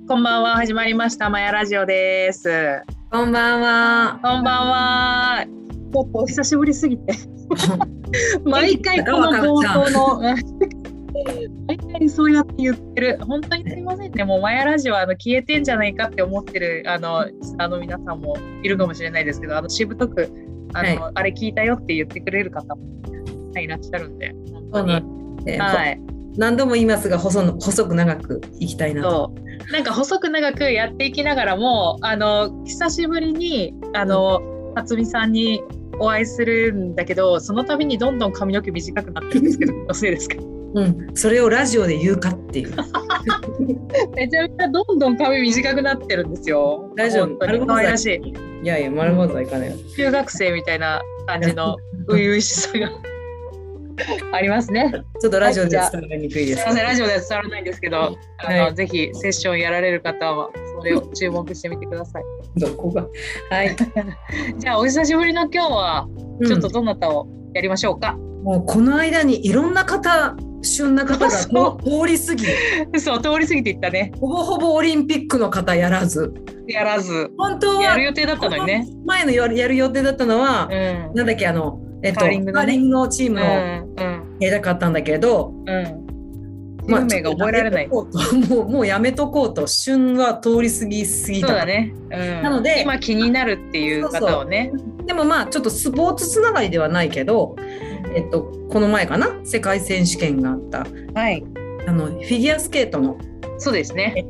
こんばんは。始まりました。マヤラジオです。 こんばんは。 こんばんは。ちょっとお久しぶりすぎて毎回この冒頭の毎回そうやって言ってる。本当にすいませんね。もうマヤラジオ消えてんじゃないかって思ってる皆さんもいるかもしれないですけど、しぶとくあれ聞いたよって言ってくれる方もいらっしゃるんで、本当にはい。 何度も言いますが細く長くいきたいなと。 なんか細く長くやっていきながらも久しぶりに辰巳さんにお会いするんだけど、その度にどんどん髪の毛短くなってるんですけど、どうせですか？ それをラジオで言うかっていうめちゃめちゃどんどん髪短くなってるんですよ。 ラジオ本当に可愛らしい。 いやいや、丸坊主はいかないよ。 中学生みたいな感じの初々しさがありますね。 ちょっとラジオで伝わりにくいです。 ラジオでは伝わらないんですけど、ぜひセッションやられる方はそれを注目してみてください。 どこがはいじゃあお久しぶりの今日はちょっとどなたをやりましょうか。 もうこの間にいろんな方、旬な方が通り過ぎそう通り過ぎていったね。 ほぼほぼオリンピックの方やらず本当はやる予定だったのにね。 前のやる予定だったのは、なんだっけカーリングのチームのやりたかったんだけど、 運命が覚えられない。 もうやめとこうと、旬は通り過ぎた。 そうだね。なので今気になるっていう方をね。 でもちょっとスポーツつながりではないけど、この前かな、世界選手権があった、フィギュアスケートのそうですね。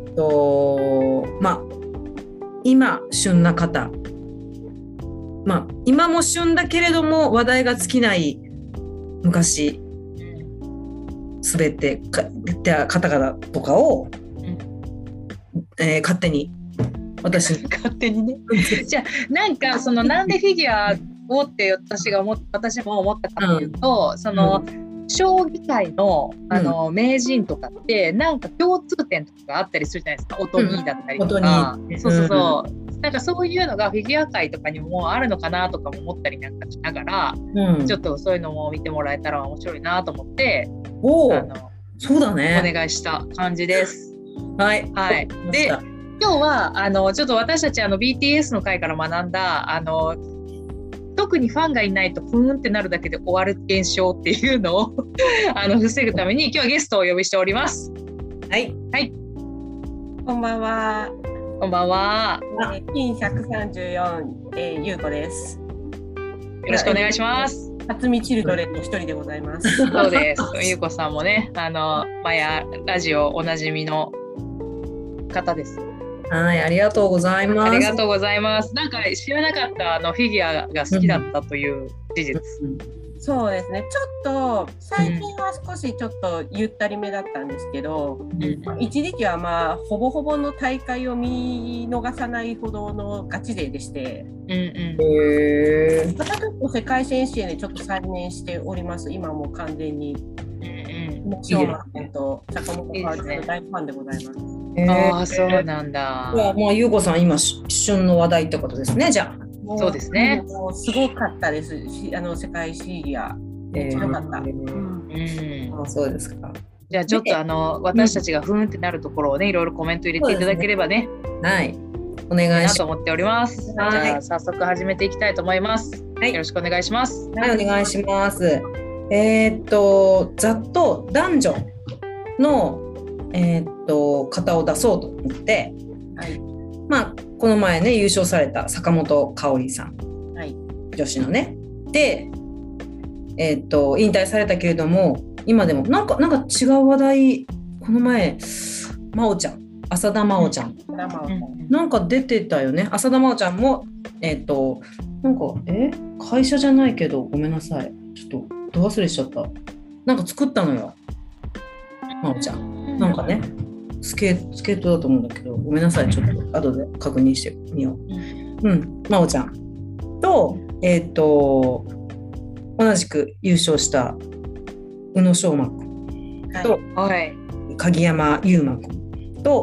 今旬な方、今も旬だけれども話題が尽きない昔滑ってた方々とかを、勝手に私勝手にねじゃあなんでフィギュアをって私も思ったかというと、将棋界の名人とかってなんか共通点とかがあったりするじゃないですか。音2だったりとか、なんかそういうのがフィギュア界とかにもあるのかなとかも思ったりなんかしながら、ちょっとそういうのも見てもらえたら面白いなと思ってそうだね、 お願いした感じです。 はい、 で今日はちょっと私たちBTS の回から学んだ特にファンがいないとふーんってなるだけで終わる現象っていうのを防ぐために今日はゲストをお呼びしております。 はい。こんばんは。 こんばんは。 金134、ゆうこです。 よろしくお願いします。 辰巳チルドレンの一人でございます。 そうです。ゆうこさんもね、マヤラジオおなじみの方です。 はい、ありがとうございます。 ありがとうございます。なんか知らなかったフィギュアが好きだったという事実。 そうですね。ちょっと最近は少しちょっとゆったりめだったんですけど、一時期はほぼほぼの大会を見逃さないほどのガチ勢でして、またちょっと世界選手権でちょっと再燃しております。今もう完全に目標マンと坂本花織の大ファンでございます。 そうなんだ。 ゆうこさん今旬の話題ってことですね。じゃあそうですね。 すごかったです。世界フィギュア面白かった。 そうですか。 じゃあちょっと私たちがふーんってなるところをね、いろいろコメント入れていただければね。 はい。お願いします。 と思っております。じゃあ早速始めていきたいと思います。よろしくお願いします。 はい、お願いします。ざっと男女の方を出そうと思って、この前ね優勝された坂本花織さん、女子のねで、引退されたけれども今でもなんか違う話題、この前浅田真央ちゃん、なんか出てたよね。浅田真央ちゃんもなんか会社じゃないけどごめんなさい、ちょっとど忘れしちゃった。なんか作ったのよ、真央ちゃん。なんかねスケートだと思うんだけど、ごめんなさい、ちょっと後で確認してみよう。真央ちゃんと同じく優勝した宇野昌磨君と、鍵山優真君と、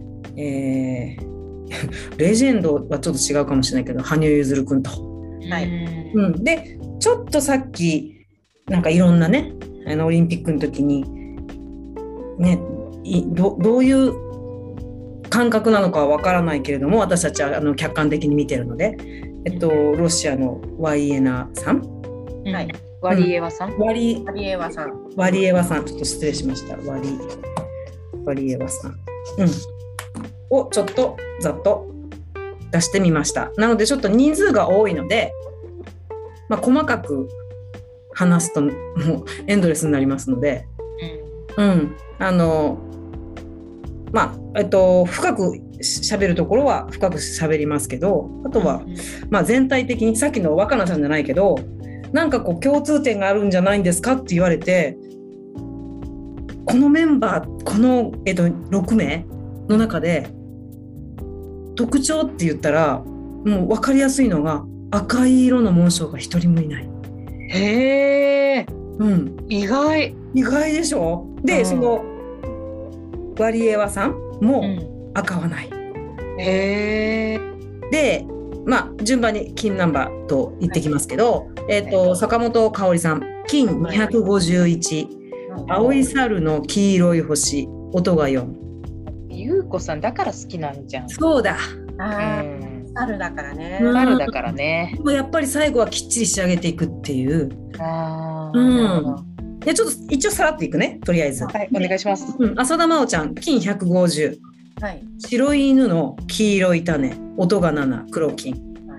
レジェンドはちょっと違うかもしれないけど羽生結弦君と、でちょっとさっきなんかいろんなねオリンピックの時にねどういう感覚なのかはわからないけれども、私たちは客観的に見てるので、ロシアのワイエナさん、 はい、ワリエワさん、 ワリエワさん、 ワリエワさん、ちょっと失礼しました。ワリエワさん、をちょっとざっと出してみました。なのでちょっと人数が多いので、細かく話すともうエンドレスになりますので、深く喋るところは深く喋りますけど、あとは、全体的にさっきの若菜さんじゃないけど、なんか共通点があるんじゃないんですかって言われて、このメンバー、この、6名の中で特徴って言ったらもう分かりやすいのが、赤い色の紋章が一人もいない。 へー、意外でしょ。で、そのワリエワさんも赤はない。 へー。 で、順番に金ナンバーと言ってきますけど、坂本香織さん金251、青い猿の黄色い星音が4。 ゆうこさんだから好きなんじゃん。 そうだ、 猿だからね。 猿だからね。 でもやっぱり最後はきっちり仕上げていくっていう。でちょっと一応さらっていくね、とりあえず。 はい、お願いします。 浅田真央ちゃん金150、白い犬の黄色い種音が7黒金。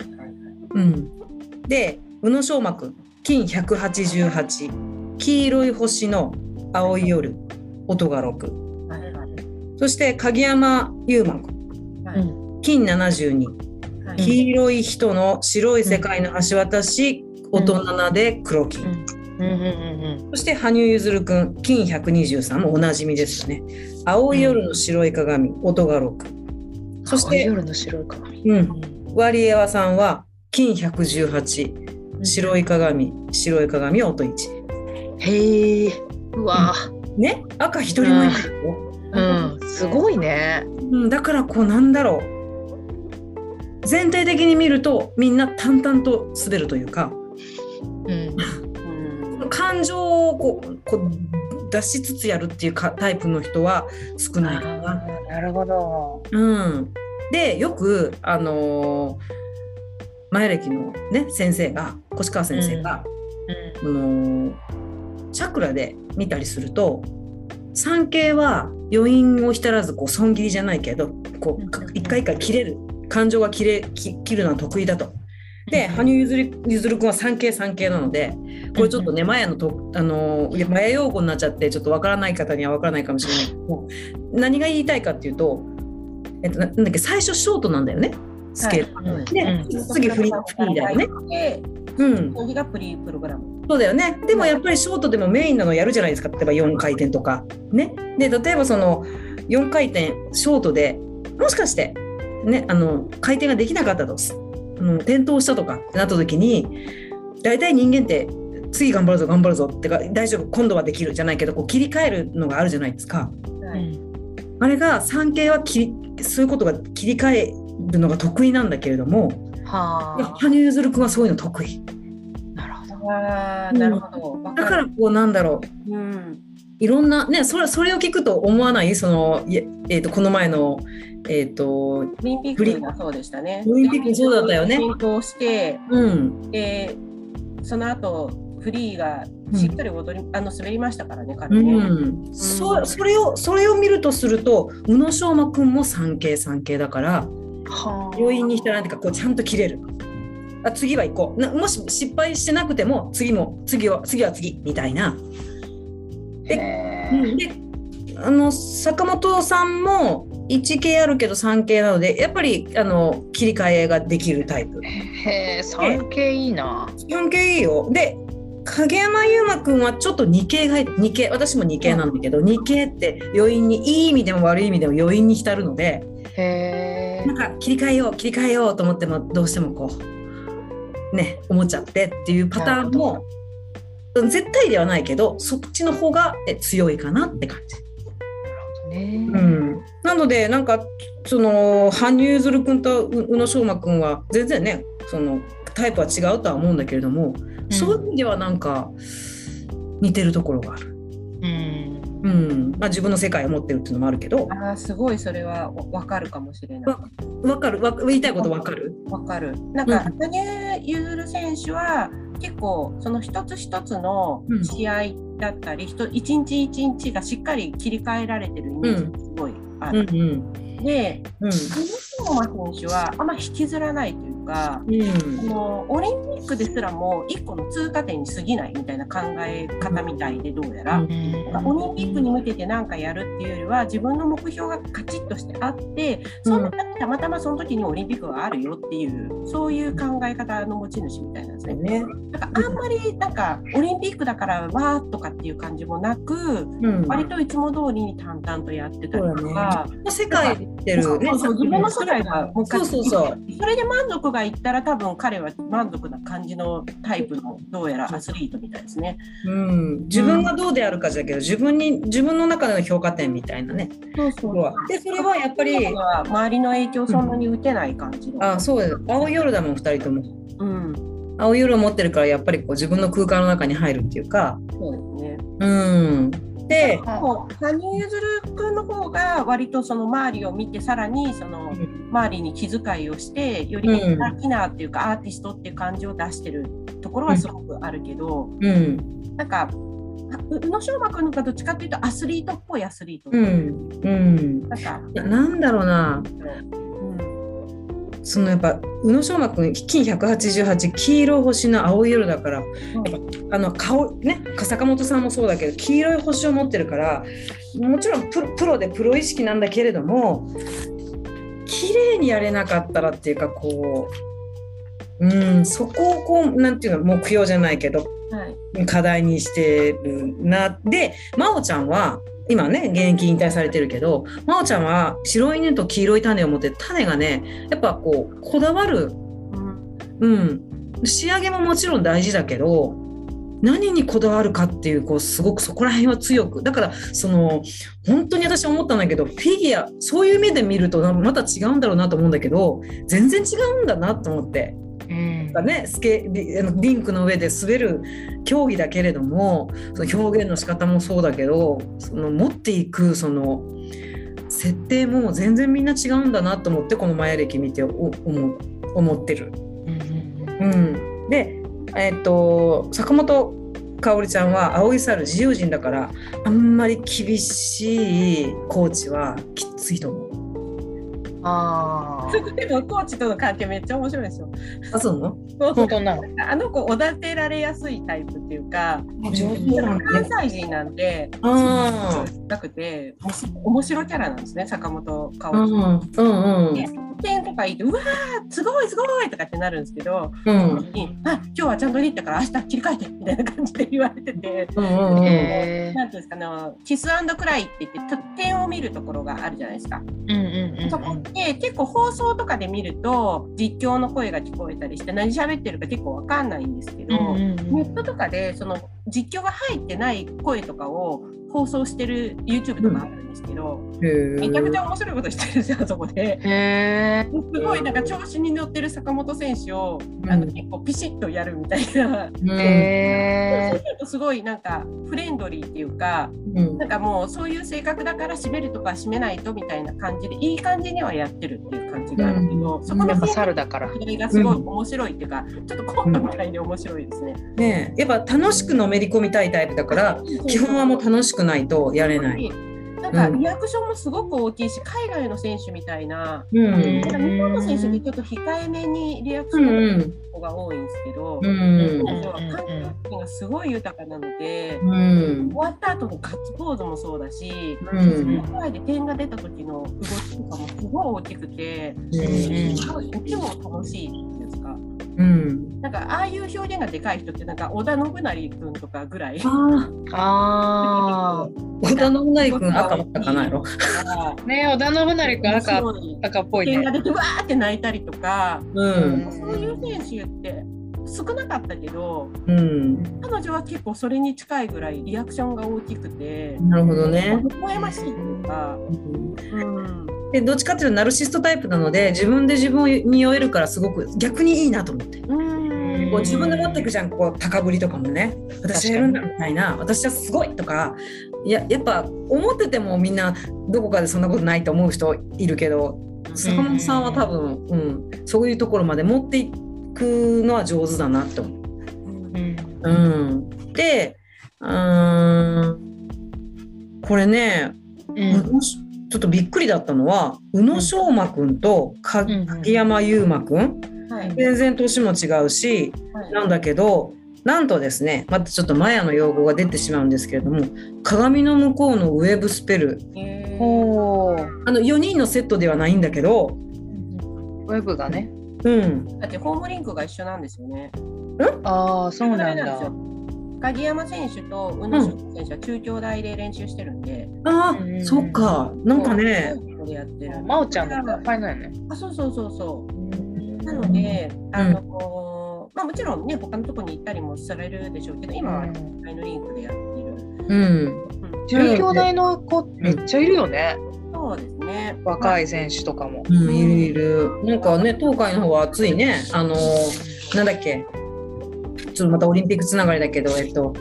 で宇野昌磨くん金188、黄色い星の青い夜音が6。そして影山優馬くん、金72、黄色い人の白い世界の橋渡し音7で黒金。そして羽生結弦くん金123、もおなじみですね。青い夜の白い鏡音が6。そして青い夜の白い鏡、ワリエワさんは金118、白い鏡音1。 へえ、うわね、赤一人もいないよ。 すごいね。 だからなんだろう、全体的に見るとみんな淡々と滑るというか、感情を出しつつやるっていうタイプの人は少ないかな。 なるほど。 でよく前歴のね先生が、越川先生が、チャクラで見たりすると、産経は余韻を浸らず損切りじゃないけど一回一回切れる、感情が切るのは得意だと。で羽生結弦君は産経なので、これちょっとね、マヤ用語になっちゃってちょっとわからない方にはわからないかもしれないけども、何が言いたいかっていうと、なんだっけ、最初ショートなんだよね、スケール、で次フリーだよね。 次がプリプログラム。 そうだよね。でもやっぱりショートでもメインなのやるじゃないですか。例えば4回転とかね。で例えばその4回転ショートでもしかしてね、回転ができなかったと、転倒したとかってなった時に、大体人間って次頑張るぞってか、大丈夫今度はできるじゃないけど、切り替えるのがあるじゃないですか。あれが産経はそういうことが切り替えるのが得意なんだけれども、羽生結弦君はそういうの得意。 なるほど。 だからなんだろう、いろんなね、それを聞くと思わない？この前のオリンピックがそうでしたね。 オリンピックそうだったよね。 転倒して、その後フリーがしっかり滑りましたからね、彼ね。 それを見るとすると、宇野昌磨君も産経だから、余韻に浸らないとか、ちゃんと切れる。次は行こう。もし失敗してなくても次は次みたいな。で坂本さんも1系あるけど3系なので、やっぱり切り替えができるタイプ。 3系いいな。 3系いいよ。で影山優馬くんはちょっと2系が入って、2系、私も2系なんだけど、2系って余韻に、いい意味でも悪い意味でも余韻に浸るので、なんか切り替えようと思っても、どうしても思っちゃってっていうパターンも絶対ではないけど、そっちの方が強いかなって感じ。なのでなんかその羽生結弦君と宇野昌磨君は全然ね、そのタイプは違うとは思うんだけれども、そういう意味ではなんか似てるところがある。 まあ、自分の世界を持ってるっていうのもあるけど。 すごいそれは分かるかもしれない。 分かる、言いたいこと分かる。 分かる。なんか羽生結弦選手は結構その一つ一つの試合だったり、一日一日がしっかり切り替えられてるイメージがすごいある。で、宇野昌磨選手はあんま引きずらないというか、オリンピックですらも1個の通過点に過ぎないみたいな考え方みたいで、どうやら、オリンピックに向けて何かやるっていうよりは自分の目標がカチッとしてあって、そのたまたまその時にオリンピックがあるよっていう、そういう考え方の持ち主みたいなんですね。なんかあんまりなんかオリンピックだからわーとかっていう感じもなく、割といつも通りに淡々とやってたりとか、 世界でってるね、 自分の世界がそれで満足がいったら多分彼は満足な感じのタイプのどうやらアスリートみたいですね。 自分がどうであるかじゃけど、自分の中での評価点みたいなね。でそれはやっぱり周りの影響そんなに受けない感じの。 そうです。青い夜だもん、2人とも。青い夜を持ってるからやっぱりこう自分の空間の中に入るっていうか。 そうですね。 で、 羽生結弦君の方が割とその周りを見て、さらにその周りに気遣いをしてより大きなっていうかアーティストっていう感じを出してるところはすごくあるけど、なんか宇野昌磨君のがどっちかっていうとアスリートっぽいアスリート。 なんだろうな。そのやっぱ宇野昌磨君金188、黄色い星の青い夜だから、やっぱ顔ね、坂本さんもそうだけど黄色い星を持ってるから、もちろんプロでプロ意識なんだけれども、綺麗にやれなかったらっていうか、こうそこをこうなんていうの、目標じゃないけど、課題にしてるな。で真央ちゃんは今ね現役引退されてるけど、真央ちゃんは白い犬と黄色い種を持って、種がねやっぱこうこだわる、仕上げももちろん大事だけど、何にこだわるかっていう、こうすごくそこら辺は強く、だからその本当に私思ったんだけど、フィギュアそういう目で見るとまた違うんだろうなと思うんだけど、全然違うんだなと思って。リンクの上で滑る競技だけれども、その表現の仕方もそうだけど、その持っていくその設定も全然みんな違うんだなと思って、このマヤ歴見て思ってる。で、坂本香織ちゃんは青い猿自由人だから、あんまり厳しいコーチはきついと思う。 でもコーチとの関係めっちゃ面白いですよ。 そうなの？ あの子おだてられやすいタイプっていうか、関西人なんでなくて面白キャラなんですね、坂本香織。点とか言って、うわーすごいすごいとかってなるんですけど、今日はちゃんとできたから明日切り替えてみたいな感じで言われてて、なんていうんですかね、キス&クライって言って点を見るところがあるじゃないですか。そこって結構放送とかで見ると実況の声が聞こえたりして何喋ってるか結構わかんないんですけど、ネットとかでその実況が入ってない声とかを放送してる YouTube とかあるんですけど、めちゃくちゃ面白いことしてるんですよ、そこで。すごいなんか調子に乗ってる坂本選手を結構ピシッとやるみたいな。そうするとすごいなんかフレンドリーっていうか、なんかもうそういう性格だから締めるとか締めないとみたいな感じでいい感じにはやってるっていう感じがあるけど、そこの猿だからそれがすごい面白いっていうか、ちょっとコントみたいで面白いですね。 ねえ、やっぱ楽しくのめり込みたいタイプだから、基本はもう楽しくないとやれない。 なんかリアクションもすごく大きいし、海外の選手みたいな、なんか日本の選手にちょっと控えめにリアクションの子が多いんですけど、感覚がすごい豊かなので、終わった後のガッツポーズもそうだし、その前で点が出た時の動きとかもすごい大きくて、とても楽しいっていうんですか。なんかああいう表現がでかい人ってなんか織田信成君とかぐらい。織田信成君赤だったかなやろ。 ね、織田信成君赤っぽいね。 点が出てわーって泣いたりとか、そういう選手って少なかったけど、彼女は結構それに近いぐらいリアクションが大きくて、 なるほどね。 微笑ましいというか。 でどっちかっていうとナルシストタイプなので、自分で自分に酔えるからすごく逆にいいなと思って。 こう自分で持っていくじゃん、こう高ぶりとかもね、私やるんだみたいな、私はすごいとか、やっぱ思っててもみんなどこかでそんなことないと思う人いるけど、坂本さんは多分、そういうところまで持っていくのは上手だなって思う。で、これね、ちょっとびっくりだったのは、宇野昌磨くんと鍵山優真くん、全然年も違うし、なんだけど、なんとですね、またちょっとマヤの用語が出てしまうんですけれども、鏡の向こうのウェブスペル、4人のセットではないんだけど、 ウェブがね、 だってホームリンクが一緒なんですよね。 ああ、そうなんだ。 鍵山選手と宇野昌磨選手は中京大で練習してるんで。 そっか、なんかね、 真央ちゃんだったらファイナルね。 そう。なので、もちろんね、他のところに行ったりもされるでしょうけど、今は大のリンクでやってる。 中京大の子めっちゃいるよね。 そうですね。 若い選手とかも。 いる。なんかね、東海の方は暑いね。なんだっけ。ちょっとまたオリンピックつながりだけど、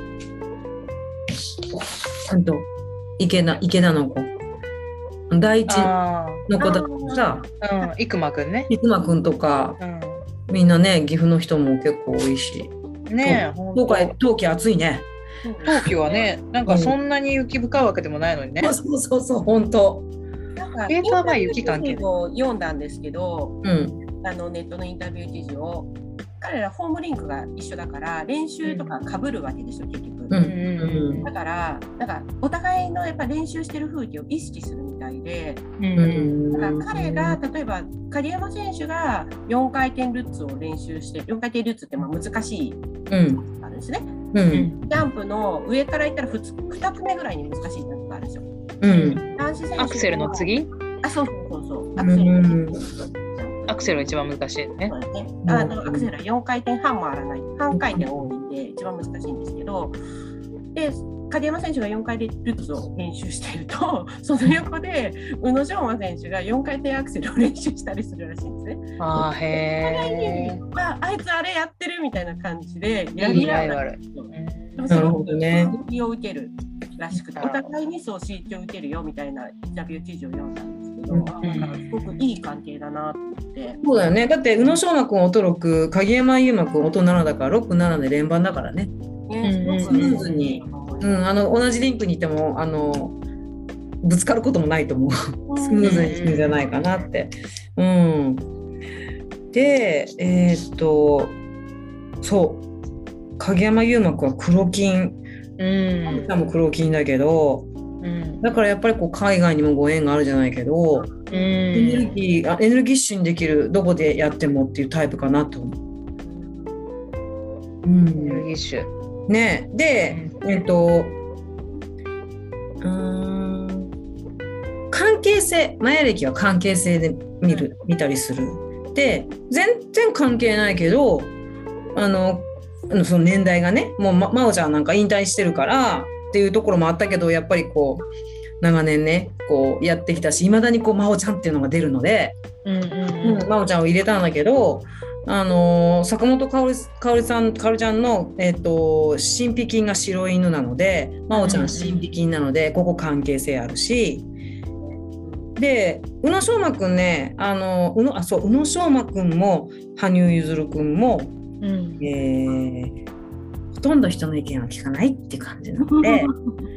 池田の子。第一の子だからさ、 生馬くんね。 生馬くんとか、みんなね、岐阜の人も結構多いし。 ね、 冬季暑いね。 冬季はね、なんかそんなに雪深いわけでもないのにね。 そう、本当。 ペーパーは雪関係を読んだんですけど、ネットのインタビュー記事を。彼らホームリンクが一緒だから練習とか被るわけですよ、結局。だからなんかお互いのやっぱ練習してる風景を意識するみたいで、だから彼が例えば鍵山選手が4回転ルッツを練習して、4回転ルッツってまあ難しいあるんですね。ジャンプの上からいったら 2つ目ぐらいに難しいジャンプがあるんですよ。男子選手アクセルの次？ そう。アクセルの次。 アクセルが一番難しいね。 アクセルは4回転半回らない、半回転多いんで一番難しいんですけど、で鍵山選手が4回転ルッツを練習していると、その横で宇野昌磨選手が4回転アクセルを練習したりするらしいんですね。 へー。あいつあれやってるみたいな感じでやり合う。でもそれを刺激を受けるらしくて、お互いにそう刺激を受けるよみたいなインタビュー記事を読んだんですけど、すごくいい関係だなと思って。 そうだよね。だって宇野昌磨君音6、鍵山優真君音7だから6、7で連番だからね。スムーズに、同じリンクにいてもぶつかることもないと思う。スムーズにいくんじゃないかなって。で、そう鍵山優真君は黒金、も黒金だけど、だからやっぱりこう海外にもご縁があるじゃないけど、エネルギッシュにできる、どこでやってもっていうタイプかなと思う。 エネルギッシュね。で、関係性、マヤ歴は関係性で見たりする。で、全然関係ないけど、その年代がね、もう真央ちゃんなんか引退してるからっていうところもあったけど、やっぱりこう長年ねこうやってきたし、いまだにこう真央ちゃんっていうのが出るので、真央ちゃんを入れたんだけど、坂本香織ちゃんの、神秘金が白犬なので、真央ちゃん神秘金なので、ここ関係性あるし、で宇野昌磨くんね、宇野昌磨くんも羽生結弦くんも、ほとんど人の意見は聞かないっていう感じなので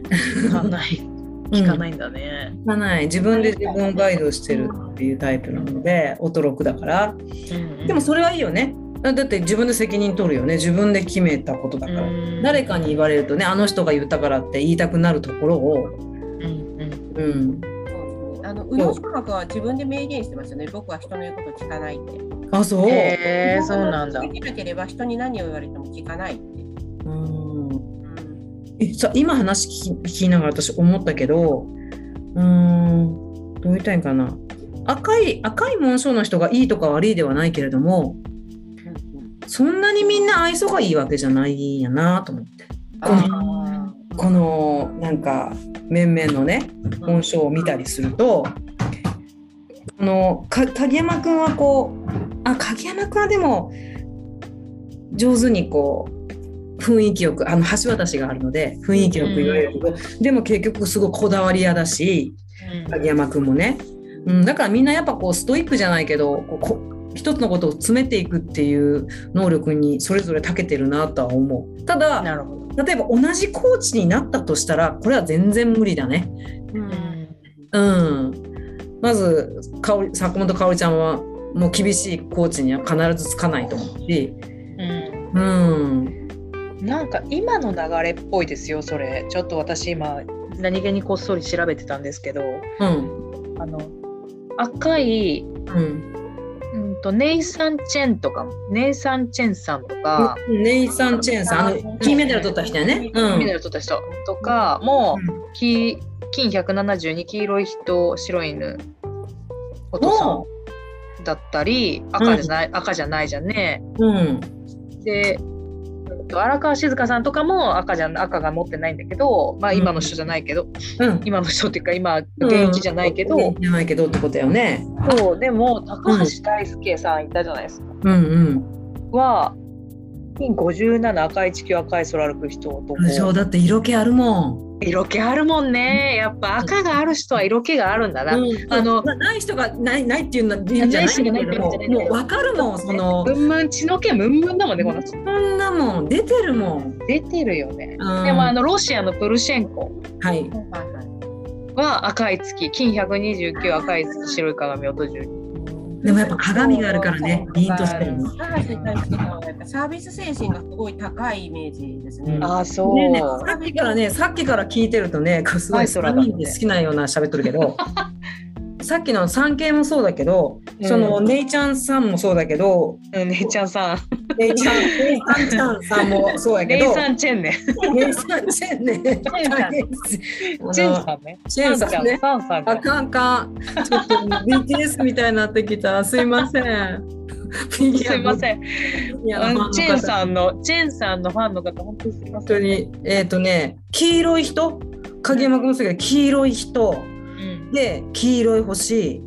聞かないんだね。 聞かない。自分で自分をガイドしてるっていうタイプなので、音6だから、でもそれはいいよね。だって自分で責任取るよね。自分で決めたことだから、誰かに言われるとね、あの人が言ったからって言いたくなるところを、 宇野昌磨君は自分で明言してますよね。僕は人の言うこと聞かないって。 あ、そう。 そうなんだ。 聞きなければ人に何を言われても聞かないって。 今話聞きながら私思ったけど、どう言ったらいいかな。赤い紋章の人がいいとか悪いではないけれども、そんなにみんな愛想がいいわけじゃないんやなと思って。このなんか面々のね紋章を見たりすると、鍵山くんはこう、鍵山くんはでも上手にこう雰囲気よく橋渡しがあるので雰囲気よく言われるけど、でも結局すごいこだわり屋だし、影山くんもね、だからみんなやっぱこうストイックじゃないけど一つのことを詰めていくっていう能力にそれぞれ長けてるなとは思う。ただ例えば同じコーチになったとしたらこれは全然無理だね。まず坂本香織ちゃんはもう厳しいコーチには必ずつかないと思うし、 なんか今の流れっぽいですよそれ。ちょっと私今何気にこっそり調べてたんですけど、赤い、ネイサン・チェンとかネイサン・チェンさんとか、 ネイサン・チェンさん金メダル取った人やね、 金メダル取った人とかも、金172黄色い人白い犬お父さんだったり、赤じゃないじゃんね、で荒川静香さんとかも赤が持ってないんだけど、まあ今の人じゃないけど、今の人っていうか今現役じゃないけど、 じゃないけどってことだよね。 そうでも高橋大輔さんいたじゃないですか。は金57赤い地球赤い空歩く人とそうだって色気あるもん。 色気あるもんね。やっぱ赤がある人は色気があるんだな。 ない人がないっていうのはじゃないけどもう分かるもん。その血の気ムンムンだもんねこの人。 そんなもん出てるもん。 出てるよね。でもロシアのプルシェンコは赤い月金129赤い月白い鏡音12。 でもやっぱ鏡があるからね、凛としてるの。 サービス精神がすごい高いイメージですね。 そう。 さっきから聞いてるとね、すごい3人で好きなような喋っとるけど、さっきの産経もそうだけど、そのネイちゃんさんもそうだけど、 ネイちゃんさんもそうやけど、 ネイサンチェンね。 ネイサンチェンね。 チェンさんね。 チェンさんね。あかん。ちょっと BTS みたいになってきた。すいません。 すいません。チェンさんのファンの方本当にすいません。 本当に黄色い人、影山君もそうだけど黄色い人で黄色い星。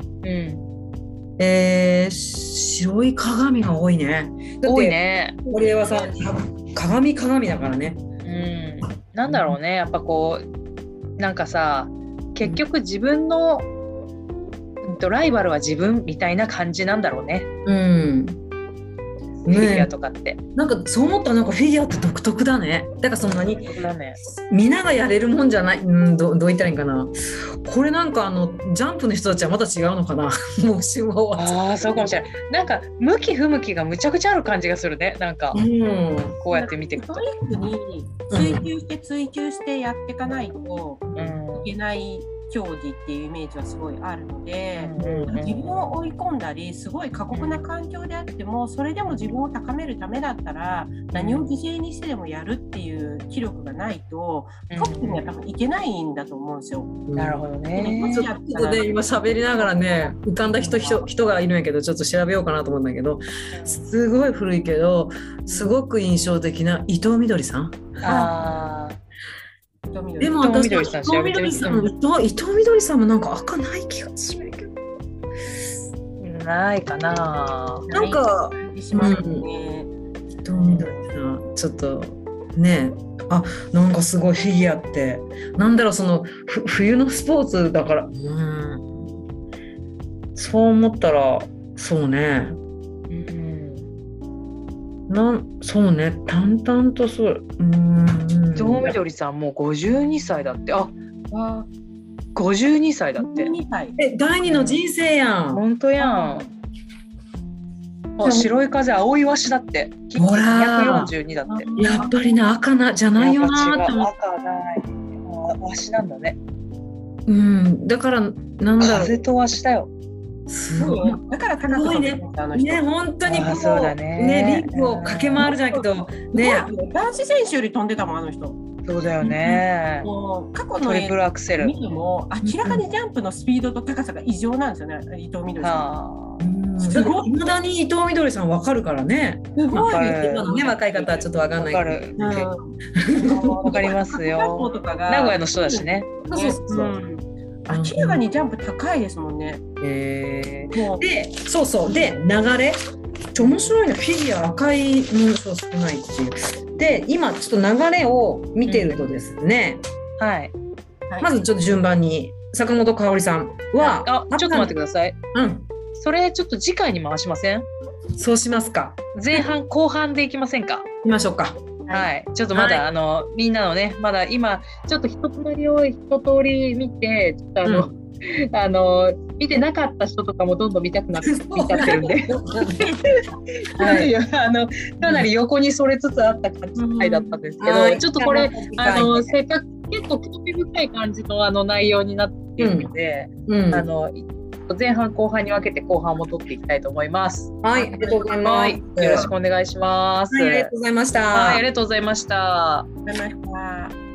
白い鏡が多いね。 多いね。 森山さん鏡だからね。 なんだろうね。やっぱこうなんかさ結局自分のライバルは自分みたいな感じなんだろうね。フィギュアとかって。なんかそう思ったらなんかフィギュアって独特だね。だからそんなにみんながやれるもんじゃない。どう言ったらいいんかな。これなんかジャンプの人たちはまた違うのかな。もうそうかもしれない。なんか向き不向きがむちゃくちゃある感じがするね。なんかこうやって見ていくと。 ストイックに追求してやっていかないといけない競技っていうイメージはすごいあるので、自分を追い込んだりすごい過酷な環境であってもそれでも自分を高めるためだったら何を犠牲にしてでもやるっていう気力がないとトップには多分いけないんだと思うんですよ。 なるほどね。 ちょっとね今喋りながらね浮かんだ人がいるんやけどちょっと調べようかなと思うんだけど、すごい古いけどすごく印象的な伊藤みどりさん。でも私伊藤みどりさんもなんか赤ない気がするけどないかな。 なんか伊藤みどりさんちょっとねなんかすごいフィギュアってなんだろうその冬のスポーツだからそう思ったらそうねそうね淡々とそう伊藤みどりさんもう52歳だって。52歳だって。 第二の人生やん。 本当やん。白い風青いわしだって。 ほら 242だって。 やっぱりね赤じゃないよなって思って。 赤ないわしなんだね。 だからなんだろう。 風とわしだよ。 すごい。だから高くね本当にこうそうだねリンクを駆け回るじゃないけどね男子選手より飛んでたもんあの人。 そうだよね。 過去のトリプルアクセル見ても明らかにジャンプのスピードと高さが異常なんですよね。伊藤みどりさん。 すごい。未だに伊藤みどりさんわかるからね。 すごい。 今のね若い方はちょっとわかんないけど。わかりますよ。名古屋の人だしね。 明らかにジャンプ高いですもんね。 で、そうで流れ面白いね。フィギュア赤い紋章少ないっていう。で、今ちょっと流れを見てるとですね、 はい。 まずちょっと順番に坂本香織さんは、 ちょっと待ってください。 うん。 それちょっと次回に回しません？ そうしますか。 前半後半でいきませんか？ 行きましょうか。 はい。ちょっとまだ、みんなのね、まだ今ちょっと人となりを一通り見て、ちょっと見てなかった人とかもどんどん見たくなって見ちゃってるんで、はい、かなり横にそれつつあった感じの回だったんですけど、ちょっとこれせっかく結構興味深い感じの内容になっているので、前半後半に分けて後半も取っていきたいと思います。 はい、ありがとうございます。 よろしくお願いします。 はい、ありがとうございました。 はい、ありがとうございました。 ありがとうございました。